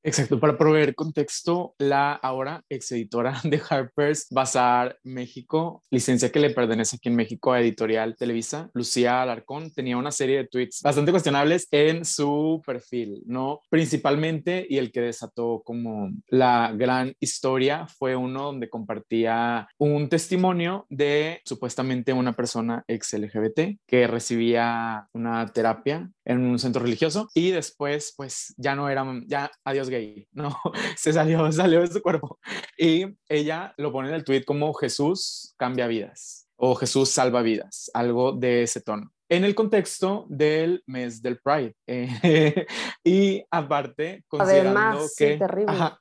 Exacto, para proveer contexto, la ahora ex editora de Harper's Bazaar México, licencia que le pertenece aquí en México a Editorial Televisa, Lucía Alarcón, tenía una serie de tweets bastante cuestionables en su perfil, ¿no? Principalmente, y el que desató como la gran historia fue uno donde compartía un testimonio de supuestamente una persona ex L G B T que recibía una terapia en un centro religioso y después pues ya no era, ya adiós gay, ¿no? Se salió, salió de su cuerpo y ella lo pone en el tweet como Jesús cambia vidas o Jesús salva vidas, algo de ese tono. En el contexto del mes del Pride. Eh, y aparte, considerando Además, que, sí, terrible. ajá,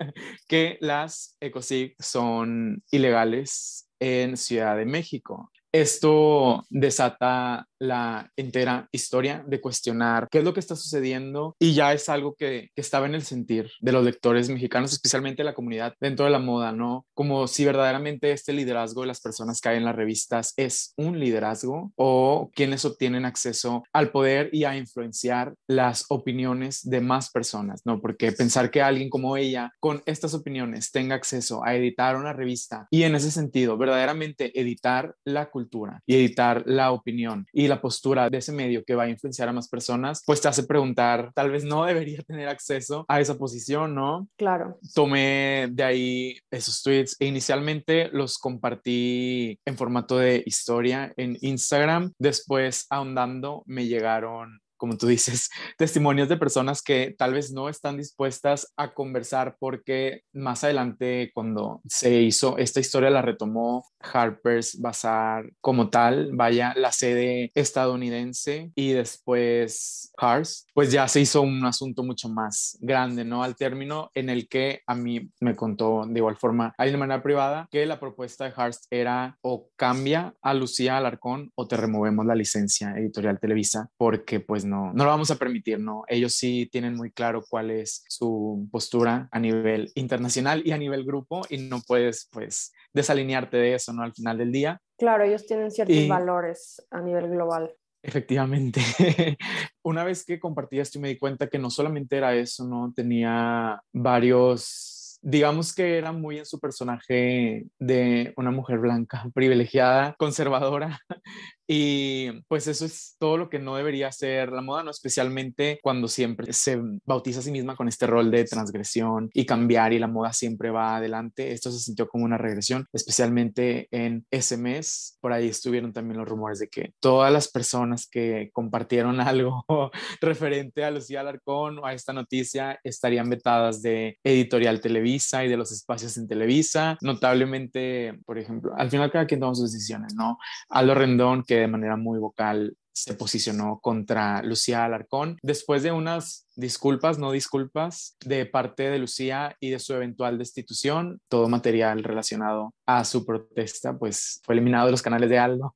que las ecosig son ilegales en Ciudad de México. Esto desata la entera historia de cuestionar qué es lo que está sucediendo y ya es algo que, que estaba en el sentir de los lectores mexicanos, especialmente la comunidad dentro de la moda, ¿no? Como si verdaderamente este liderazgo de las personas que hay en las revistas es un liderazgo o quienes obtienen acceso al poder y a influenciar las opiniones de más personas, ¿no? Porque pensar que alguien como ella con estas opiniones tenga acceso a editar una revista y en ese sentido verdaderamente editar la cultura y editar la opinión y la postura de ese medio que va a influenciar a más personas, pues te hace preguntar, tal vez no debería tener acceso a esa posición, ¿no? Claro. Tomé de ahí esos tweets e inicialmente los compartí en formato de historia en Instagram. Después, ahondando, me llegaron, como tú dices, testimonios de personas que tal vez no están dispuestas a conversar porque más adelante cuando se hizo esta historia la retomó Harper's Bazaar como tal, vaya, la sede estadounidense y después Hearst, pues ya se hizo un asunto mucho más grande, ¿no? Al término en el que a mí me contó de igual forma, ahí de manera privada, que la propuesta de Hearst era o cambia a Lucía Alarcón o te removemos la licencia Editorial Televisa porque pues no, no lo vamos a permitir, ¿no? Ellos sí tienen muy claro cuál es su postura a nivel internacional y a nivel grupo y no puedes pues desalinearte de eso, ¿no? Al final del día. Claro, ellos tienen ciertos Y valores a nivel global. efectivamente, una vez que compartí esto y me di cuenta que no solamente era eso, ¿no? Tenía varios, digamos que era muy en su personaje de una mujer blanca, privilegiada, conservadora. Y pues eso es todo lo que no debería ser la moda, ¿no? Especialmente cuando siempre se bautiza a sí misma con este rol de transgresión y cambiar y la moda siempre va adelante. Esto se sintió como una regresión, especialmente en ese mes. Por ahí estuvieron también los rumores de que todas las personas que compartieron algo referente a Lucía Alarcón o a esta noticia estarían vetadas de Editorial Televisa y de los espacios en Televisa. Notablemente, por ejemplo, al final cada quien toma sus decisiones, ¿no? Aldo Rendón, que de manera muy vocal se posicionó contra Lucía Alarcón después de unas disculpas, no disculpas, de parte de Lucía y de su eventual destitución. Todo material relacionado a su protesta pues fue eliminado de los canales de Aldo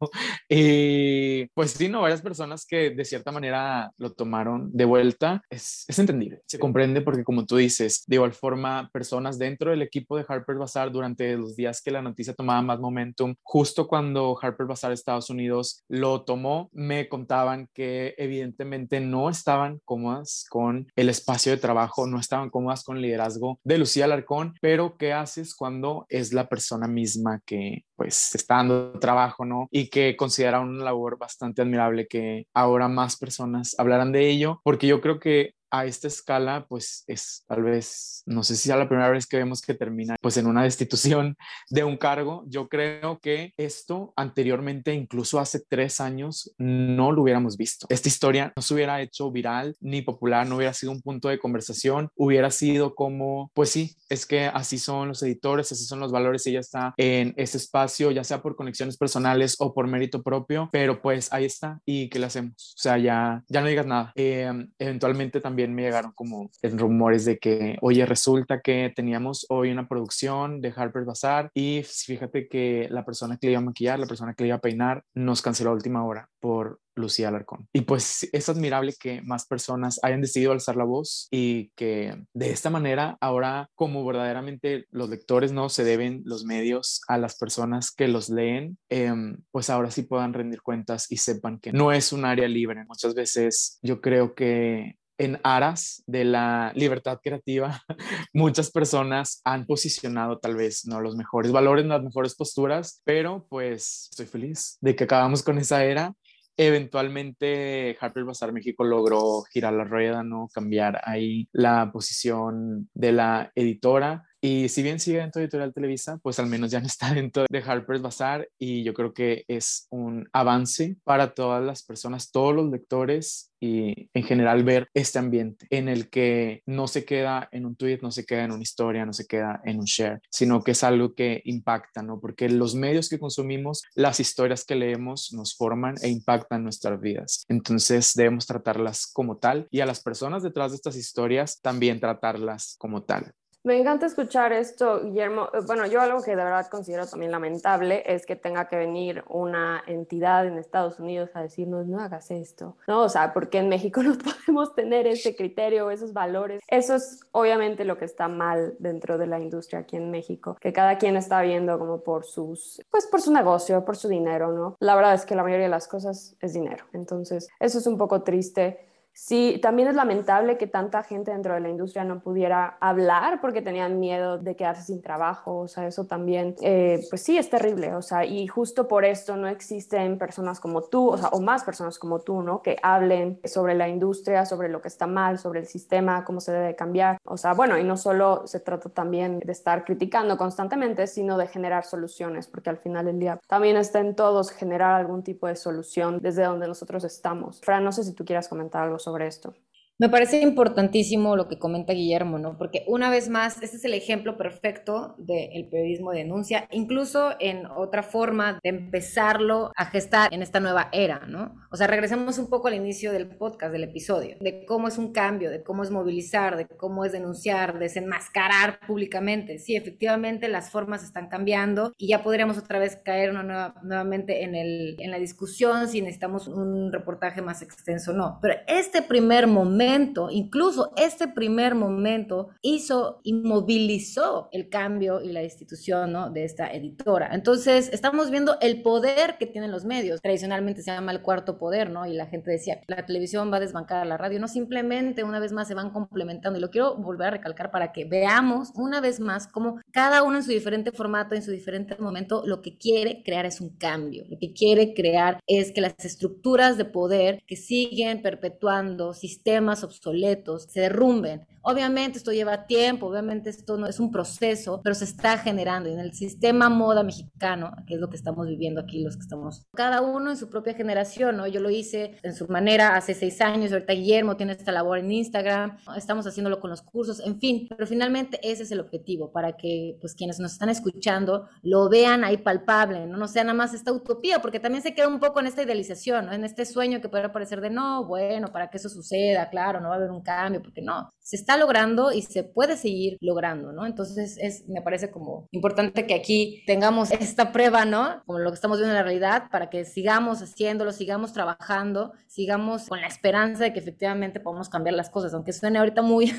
y pues sí, no, varias personas que de cierta manera lo tomaron de vuelta. Es, es entendible, se comprende porque como tú dices, de igual forma personas dentro del equipo de Harper's Bazaar durante los días que la noticia tomaba más momentum, justo cuando Harper's Bazaar Estados Unidos lo tomó, me contaban que evidentemente no estaban cómodas con el espacio de trabajo, no estaban cómodas con el liderazgo de Lucía Alarcón, pero ¿qué haces cuando es la persona misma que pues está dando trabajo, ¿no? Y que considera una labor bastante admirable que ahora más personas hablaran de ello, porque yo creo que a esta escala, pues es tal vez, no sé si sea la primera vez que vemos que termina pues en una destitución de un cargo. Yo creo que esto anteriormente, incluso hace tres años, no lo hubiéramos visto. Esta historia no se hubiera hecho viral ni popular, no hubiera sido un punto de conversación, hubiera sido como, pues sí, es que así son los editores, así son los valores, ella está en ese espacio, ya sea por conexiones personales o por mérito propio, pero pues ahí está y ¿qué le hacemos? O sea, ya, ya no digas nada. Eh, eventualmente también me llegaron como rumores de que, oye, resulta que teníamos hoy una producción de Harper's Bazaar y fíjate que la persona que le iba a maquillar, la persona que le iba a peinar, nos canceló a última hora por Lucía Alarcón. Y pues es admirable que más personas hayan decidido alzar la voz y que de esta manera ahora como verdaderamente los lectores no se deben los medios a las personas que los leen, eh, pues ahora sí puedan rendir cuentas y sepan que no es un área libre. Muchas veces yo creo que en aras de la libertad creativa, muchas personas han posicionado tal vez no los mejores valores, no las mejores posturas, pero pues estoy feliz de que acabamos con esa era. Eventualmente Harper's Bazaar México logró girar la rueda, ¿no? Cambiar ahí la posición de la editora. Y si bien sigue dentro de Editorial Televisa, pues al menos ya no está dentro de Harper's Bazaar, y yo creo que es un avance para todas las personas, todos los lectores, y en general ver este ambiente en el que no se queda en un tweet, no se queda en una historia, no se queda en un share, sino que es algo que impacta, ¿no? Porque los medios que consumimos, las historias que leemos nos forman e impactan nuestras vidas. Entonces debemos tratarlas como tal, y a las personas detrás de estas historias también tratarlas como tal. Me encanta escuchar esto, Guillermo. Bueno, yo algo que de verdad considero también lamentable es que tenga que venir una entidad en Estados Unidos a decirnos no hagas esto, ¿no? O sea, porque en México no podemos tener ese criterio, esos valores. Eso es obviamente lo que está mal dentro de la industria aquí en México, que cada quien está viendo como por sus, pues por su negocio, por su dinero, ¿no? La verdad es que la mayoría de las cosas es dinero. Entonces, eso es un poco triste. Sí, también es lamentable que tanta gente dentro de la industria no pudiera hablar porque tenían miedo de quedarse sin trabajo. O sea, eso también, eh, pues sí, es terrible. O sea, y justo por esto no existen personas como tú, o sea, o más personas como tú, ¿no? Que hablen sobre la industria, sobre lo que está mal, sobre el sistema, cómo se debe cambiar. O sea, bueno, y no solo se trata también de estar criticando constantemente, sino de generar soluciones, porque al final del día también está en todos generar algún tipo de solución desde donde nosotros estamos. Fran, no sé si tú quieras comentar algo sobre esto. Me parece importantísimo lo que comenta Guillermo, ¿no? Porque una vez más, este es el ejemplo perfecto del periodismo de denuncia, incluso en otra forma de empezarlo a gestar en esta nueva era, ¿no? O sea, regresemos un poco al inicio del podcast, del episodio, de cómo es un cambio, de cómo es movilizar, de cómo es denunciar, desenmascarar públicamente. Sí, efectivamente las formas están cambiando y ya podríamos otra vez caer una nueva, nuevamente en, el, en la discusión si necesitamos un reportaje más extenso o no. Pero este primer momento, incluso este primer momento hizo y movilizó el cambio y la institución, ¿no? De esta editora. Entonces estamos viendo el poder que tienen los medios. Tradicionalmente se llama el cuarto poder, ¿no? Y la gente decía que la televisión va a desbancar a la radio. No, simplemente una vez más se van complementando, y lo quiero volver a recalcar para que veamos una vez más cómo cada uno en su diferente formato, en su diferente momento, lo que quiere crear es un cambio. Lo que quiere crear es que las estructuras de poder que siguen perpetuando sistemas obsoletos se derrumben. Obviamente esto lleva tiempo, obviamente esto no es un proceso, pero se está generando. Y en el sistema moda mexicano, que es lo que estamos viviendo aquí, los que estamos, cada uno en su propia generación, ¿no? Yo lo hice en su manera hace seis años, ahorita Guillermo tiene esta labor en Instagram, ¿no? Estamos haciéndolo con los cursos, en fin, pero finalmente ese es el objetivo, para que pues quienes nos están escuchando lo vean ahí palpable, no, no sea nada más esta utopía, porque también se queda un poco en esta idealización, ¿no? En este sueño que puede parecer de no, bueno, para que eso suceda, claro, no va a haber un cambio, porque no, se está logrando y se puede seguir logrando, ¿no? Entonces es, me parece como importante que aquí tengamos esta prueba, ¿no? Como lo que estamos viendo en la realidad, para que sigamos haciéndolo, sigamos trabajando, sigamos con la esperanza de que efectivamente podamos cambiar las cosas, aunque suene ahorita muy,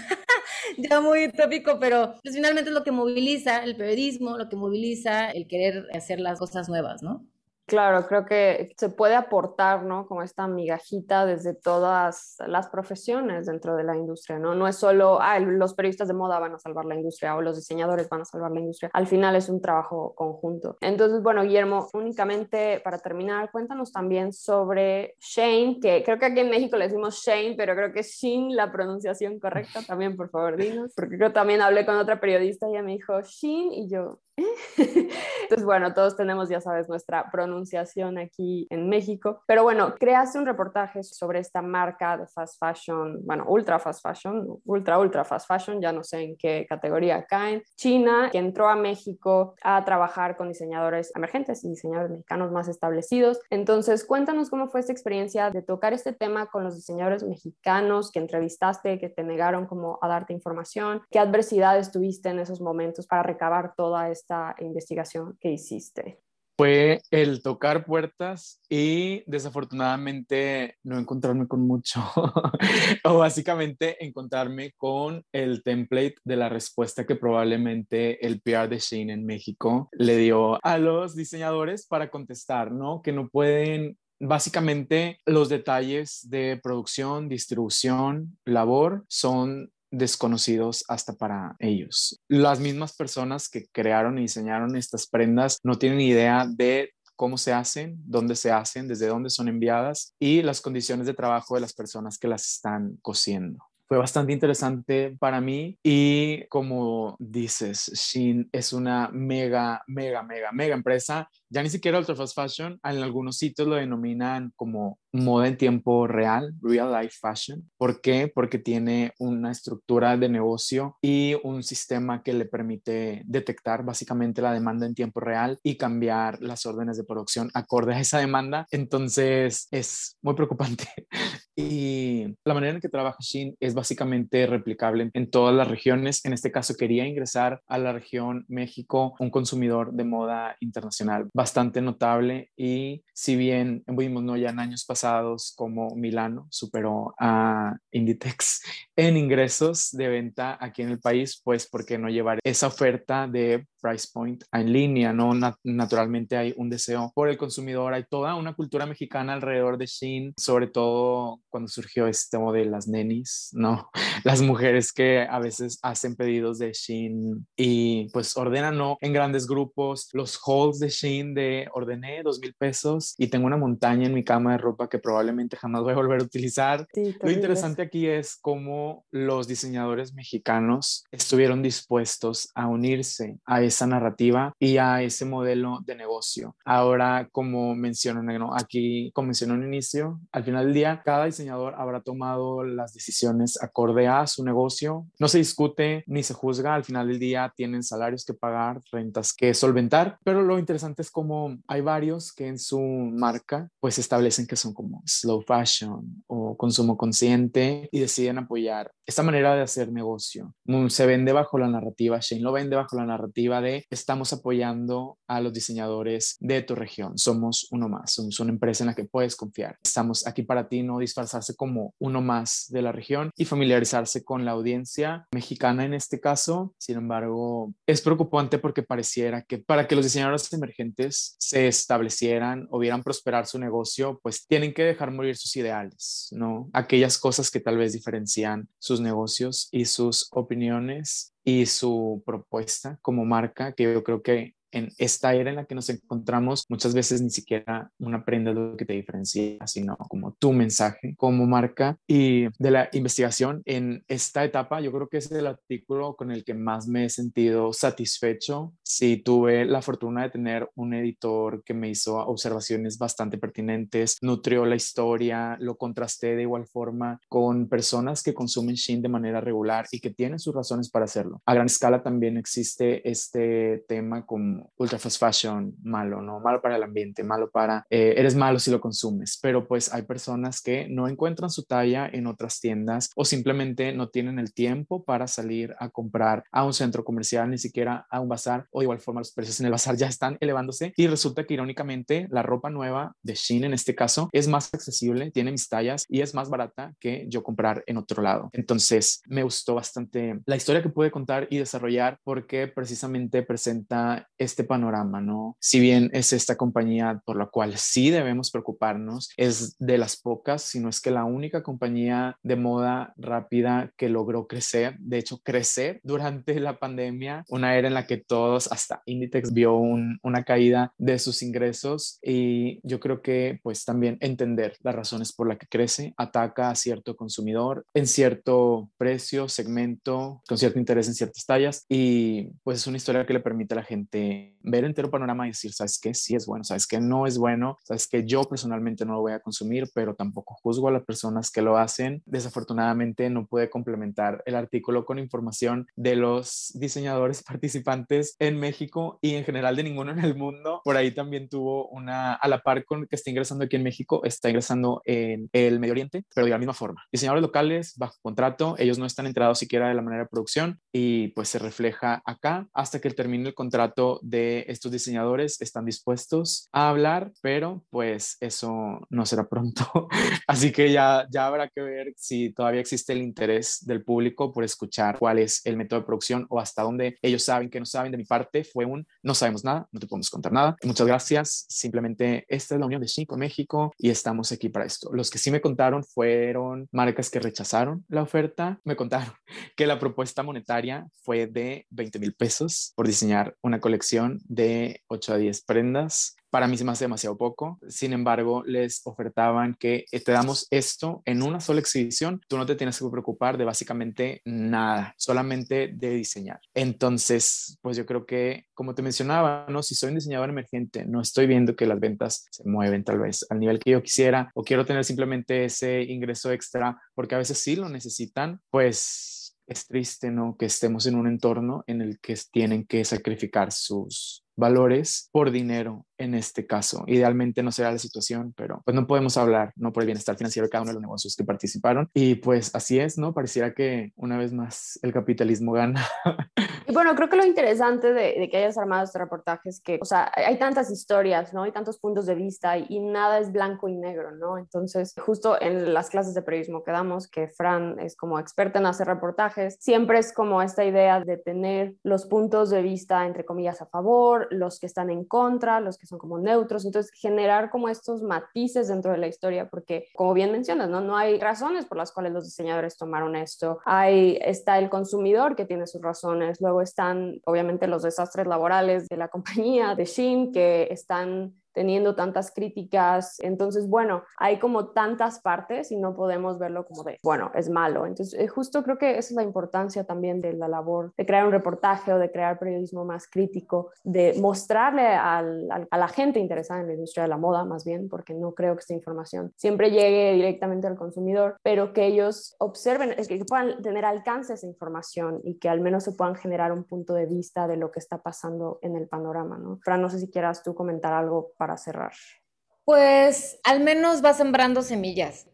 ya muy utópico, pero pues finalmente es lo que moviliza el periodismo, lo que moviliza el querer hacer las cosas nuevas, ¿no? Claro, creo que se puede aportar, ¿no? Como esta migajita desde todas las profesiones dentro de la industria, ¿no? No es solo, ah, los periodistas de moda van a salvar la industria o los diseñadores van a salvar la industria. Al final es un trabajo conjunto. Entonces, bueno, Guillermo, únicamente para terminar, cuéntanos también sobre Shein, que creo que aquí en México le decimos Shein, pero creo que es Shein la pronunciación correcta. También, por favor, dinos. Porque yo también hablé con otra periodista y ella me dijo Shein y yo... Entonces, bueno, todos tenemos, ya sabes, nuestra pronunciación aquí en México. Pero bueno, creaste un reportaje sobre esta marca de fast fashion, bueno, ultra fast fashion, ultra, ultra fast fashion, ya no sé en qué categoría caen. China, que entró a México a trabajar con diseñadores emergentes y diseñadores mexicanos más establecidos. Entonces, cuéntanos cómo fue esta experiencia de tocar este tema con los diseñadores mexicanos que entrevistaste, que te negaron como a darte información. ¿Qué adversidades tuviste en esos momentos para recabar toda esta esta investigación que hiciste? Fue el tocar puertas y desafortunadamente no encontrarme con mucho o básicamente encontrarme con el template de la respuesta que probablemente el P R de Shein en México le dio a los diseñadores para contestar, ¿no? Que no pueden básicamente los detalles de producción, distribución, labor son desconocidos hasta para ellos. Las mismas personas que crearon y diseñaron estas prendas no tienen idea de cómo se hacen, dónde se hacen, desde dónde son enviadas y las condiciones de trabajo de las personas que las están cosiendo. Fue bastante interesante para mí y como dices, Shein es una mega, mega, mega, mega empresa. Ya ni siquiera ultra fast fashion, en algunos sitios lo denominan como moda en tiempo real, real life fashion. ¿Por qué? Porque tiene una estructura de negocio y un sistema que le permite detectar básicamente la demanda en tiempo real y cambiar las órdenes de producción acorde a esa demanda. Entonces es muy preocupante. Y la manera en que trabaja Shein es básicamente replicable en todas las regiones. En este caso quería ingresar a la región México, un consumidor de moda internacional bastante notable, y si bien vimos, ¿no?, ya en años pasados como Milano superó a Inditex en ingresos de venta aquí en el país, pues ¿por qué no llevar esa oferta de price point en línea? ¿No? Nat- naturalmente hay un deseo por el consumidor, hay toda una cultura mexicana alrededor de Shein, sobre todo cuando surgió este de las nenis, ¿no? Las mujeres que a veces hacen pedidos de Shein y pues ordenan, ¿no?, en grandes grupos, los hauls de Shein de ordené dos mil pesos y tengo una montaña en mi cama de ropa que probablemente jamás voy a volver a utilizar. Sí, Lo interesante aquí es cómo los diseñadores mexicanos estuvieron dispuestos a unirse a esa narrativa y a ese modelo de negocio. Ahora, como mencioné, ¿no?, aquí, como mencioné en un inicio, al final del día, cada diseñador habrá tomado las decisiones acorde a su negocio. No se discute ni se juzga. Al final del día tienen salarios que pagar, rentas que solventar, pero lo interesante es como hay varios que en su marca pues establecen que son como slow fashion o consumo consciente y deciden apoyar esta manera de hacer negocio. Mm, Se vende bajo la narrativa, Shein lo vende bajo la narrativa de estamos apoyando a los diseñadores de tu región, somos uno más, somos una empresa en la que puedes confiar, estamos aquí para ti, no disfrazarse como uno más de la región y familiarizarse con la audiencia mexicana en este caso. Sin embargo, es preocupante porque pareciera que para que los diseñadores emergentes se establecieran o vieran prosperar su negocio, pues tienen que dejar morir sus ideales, ¿no? Aquellas cosas que tal vez diferencian sus negocios y sus opiniones y su propuesta como marca, que yo creo que en esta era en la que nos encontramos, muchas veces ni siquiera una prenda es lo que te diferencia, sino como tu mensaje como marca. Y de la investigación en esta etapa, yo creo que es el artículo con el que más me he sentido satisfecho. Sí, tuve la fortuna de tener un editor que me hizo observaciones bastante pertinentes, nutrió la historia, lo contrasté de igual forma con personas que consumen Shein de manera regular y que tienen sus razones para hacerlo. A gran escala también existe este tema como ultra fast fashion, malo, ¿no? Malo para el ambiente, malo para... Eh, eres malo si lo consumes, pero pues hay personas que no encuentran su talla en otras tiendas o simplemente no tienen el tiempo para salir a comprar a un centro comercial, ni siquiera a un bazar, o de igual forma los precios en el bazar ya están elevándose y resulta que irónicamente la ropa nueva de Shein en este caso es más accesible, tiene mis tallas y es más barata que yo comprar en otro lado. Entonces me gustó bastante la historia que pude contar y desarrollar porque precisamente presenta este panorama, ¿no? Si bien es esta compañía por la cual sí debemos preocuparnos, es de las pocas, si no es que la única compañía de moda rápida que logró crecer, de hecho crecer durante la pandemia, una era en la que todos, hasta Inditex vio un, una caída de sus ingresos, y yo creo que pues también entender las razones por las que crece, ataca a cierto consumidor en cierto precio, segmento, con cierto interés en ciertas tallas, y pues es una historia que le permite a la gente ver entero panorama y decir, ¿sabes qué? Sí es bueno, ¿sabes qué? No es bueno, ¿sabes qué? Yo personalmente no lo voy a consumir, pero tampoco juzgo a las personas que lo hacen. Desafortunadamente no pude complementar el artículo con información de los diseñadores participantes en México y en general de ninguno en el mundo. Por ahí también tuvo una, a la par con que está ingresando aquí en México, está ingresando en el Medio Oriente, pero de la misma forma. Diseñadores locales bajo contrato, ellos no están enterados siquiera de la manera de producción y pues se refleja acá hasta que termine el contrato de estos diseñadores están dispuestos a hablar, pero pues eso no será pronto. Así que ya, ya habrá que ver si todavía existe el interés del público por escuchar cuál es el método de producción o hasta dónde ellos saben que no saben. De mi parte fue un no sabemos nada, no te podemos contar nada. Muchas gracias. Simplemente esta es la unión de Shein con México y estamos aquí para esto. Los que sí me contaron fueron marcas que rechazaron la oferta. Me contaron que la propuesta monetaria fue de veinte mil pesos por diseñar una colección de ocho a diez prendas. Para mí se me hace demasiado poco. Sin embargo, les ofertaban que te damos esto en una sola exhibición. Tú no te tienes que preocupar de básicamente nada, solamente de diseñar. Entonces, pues yo creo que, como te mencionaba, ¿no? Si soy un diseñador emergente, no estoy viendo que las ventas se mueven tal vez al nivel que yo quisiera, o quiero tener simplemente ese ingreso extra, porque a veces sí lo necesitan, pues es triste, ¿no? Que estemos en un entorno en el que tienen que sacrificar sus valores por dinero en este caso. Idealmente no será la situación, pero pues no podemos hablar, ¿no? Por el bienestar financiero de cada uno de los negocios que participaron. Y pues así es, ¿no? Pareciera que una vez más el capitalismo gana. Y bueno, creo que lo interesante de, de que hayas armado este reportaje es que, o sea, hay tantas historias, ¿no? Hay tantos puntos de vista y, y nada es blanco y negro, ¿no? Entonces, justo en las clases de periodismo que damos, que Fran es como experta en hacer reportajes, siempre es como esta idea de tener los puntos de vista, entre comillas, a favor, los que están en contra, los que son como neutros, entonces generar como estos matices dentro de la historia, porque como bien mencionas, ¿no? No hay razones por las cuales los diseñadores tomaron esto, hay, está el consumidor que tiene sus razones, luego están obviamente los desastres laborales de la compañía de Shein que están teniendo tantas críticas, entonces bueno, hay como tantas partes y no podemos verlo como de, bueno, es malo, entonces justo creo que esa es la importancia también de la labor de crear un reportaje o de crear periodismo más crítico, de mostrarle al, al, a la gente interesada en la industria de la moda más bien, porque no creo que esta información siempre llegue directamente al consumidor, pero que ellos observen, es que, que puedan tener alcance a esa información y que al menos se puedan generar un punto de vista de lo que está pasando en el panorama, ¿no? Fran, no sé si quieras tú comentar algo para cerrar. Pues al menos va sembrando semillas,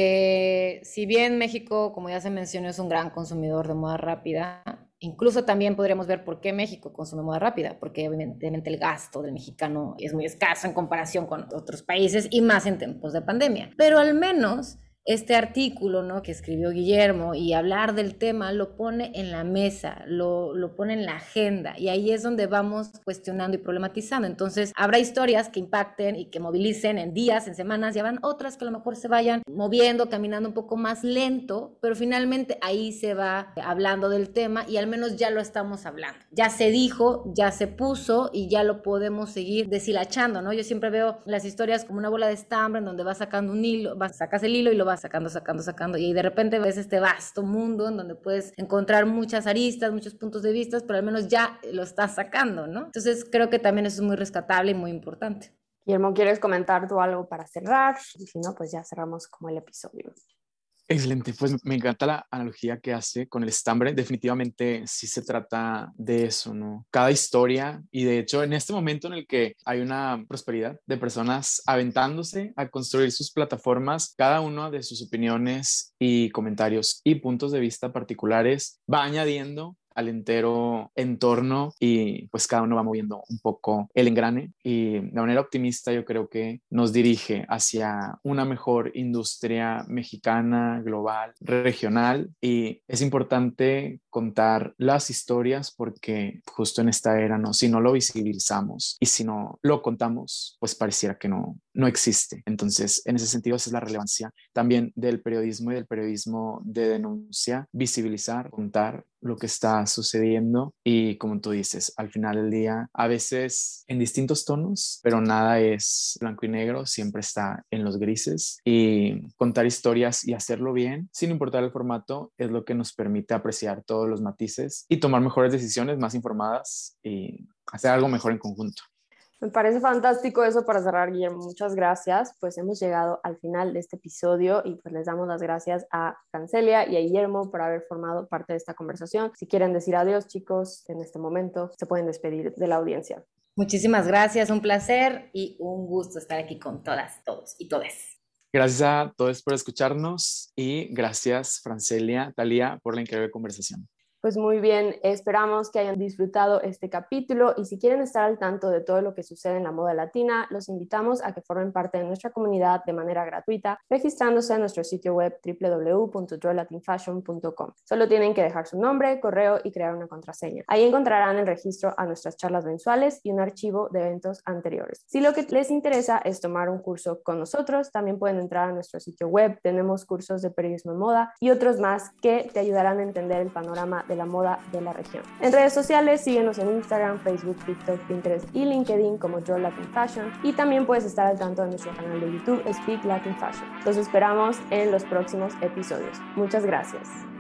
porque si bien México, como ya se mencionó, es un gran consumidor de moda rápida, incluso también podríamos ver por qué México consume moda rápida, porque evidentemente el gasto del mexicano es muy escaso en comparación con otros países y más en tiempos de pandemia. Pero al menos este artículo, ¿no?, que escribió Guillermo y hablar del tema lo pone en la mesa, lo, lo pone en la agenda y ahí es donde vamos cuestionando y problematizando. Entonces habrá historias que impacten y que movilicen en días, en semanas, y habrán otras que a lo mejor se vayan moviendo, caminando un poco más lento, pero finalmente ahí se va hablando del tema y al menos ya lo estamos hablando. Ya se dijo, ya se puso y ya lo podemos seguir deshilachando, ¿no? Yo siempre veo las historias como una bola de estambre en donde vas sacando un hilo, vas, sacas el hilo y lo vas sacando, sacando, sacando y de repente ves este vasto mundo en donde puedes encontrar muchas aristas, muchos puntos de vista, pero al menos ya lo estás sacando, ¿no? Entonces creo que también eso es muy rescatable y muy importante. Guillermo, ¿quieres comentar tú algo para cerrar? Y si no, pues ya cerramos como el episodio. Excelente, pues me encanta la analogía que hace con el estambre. Definitivamente sí se trata de eso, ¿no? Cada historia, y de hecho en este momento en el que hay una prosperidad de personas aventándose a construir sus plataformas, cada una de sus opiniones y comentarios y puntos de vista particulares va añadiendo al entero entorno y pues cada uno va moviendo un poco el engrane y de manera optimista yo creo que nos dirige hacia una mejor industria mexicana, global, regional y es importante contar las historias porque justo en esta era, ¿no? Si no lo visibilizamos y si no lo contamos, pues pareciera que no, no existe. Entonces, en ese sentido, esa es la relevancia también del periodismo y del periodismo de denuncia, visibilizar, contar lo que está sucediendo y como tú dices, al final del día, a veces en distintos tonos, pero nada es blanco y negro, siempre está en los grises y contar historias y hacerlo bien, sin importar el formato, es lo que nos permite apreciar todos los matices y tomar mejores decisiones, más informadas y hacer algo mejor en conjunto. Me parece fantástico eso para cerrar, Guillermo. Muchas gracias. Pues hemos llegado al final de este episodio y pues les damos las gracias a Francelia y a Guillermo por haber formado parte de esta conversación. Si quieren decir adiós, chicos, en este momento se pueden despedir de la audiencia. Muchísimas gracias, un placer y un gusto estar aquí con todas, todos y todes. Gracias a todos por escucharnos y gracias, Francelia, Talía, por la increíble conversación. Pues muy bien, esperamos que hayan disfrutado este capítulo y si quieren estar al tanto de todo lo que sucede en la moda latina, los invitamos a que formen parte de nuestra comunidad de manera gratuita, registrándose en nuestro sitio web w w w punto draw latin fashion punto com. Solo tienen que dejar su nombre, correo y crear una contraseña. Ahí encontrarán el registro a nuestras charlas mensuales y un archivo de eventos anteriores. Si lo que les interesa es tomar un curso con nosotros, también pueden entrar a nuestro sitio web. Tenemos cursos de periodismo en moda y otros más que te ayudarán a entender el panorama de la moda de la región. En redes sociales, síguenos en Instagram, Facebook, TikTok, Pinterest y LinkedIn como Draw Latin Fashion, y también puedes estar al tanto de nuestro canal de YouTube Speak Latin Fashion. Los esperamos en los próximos episodios. Muchas gracias.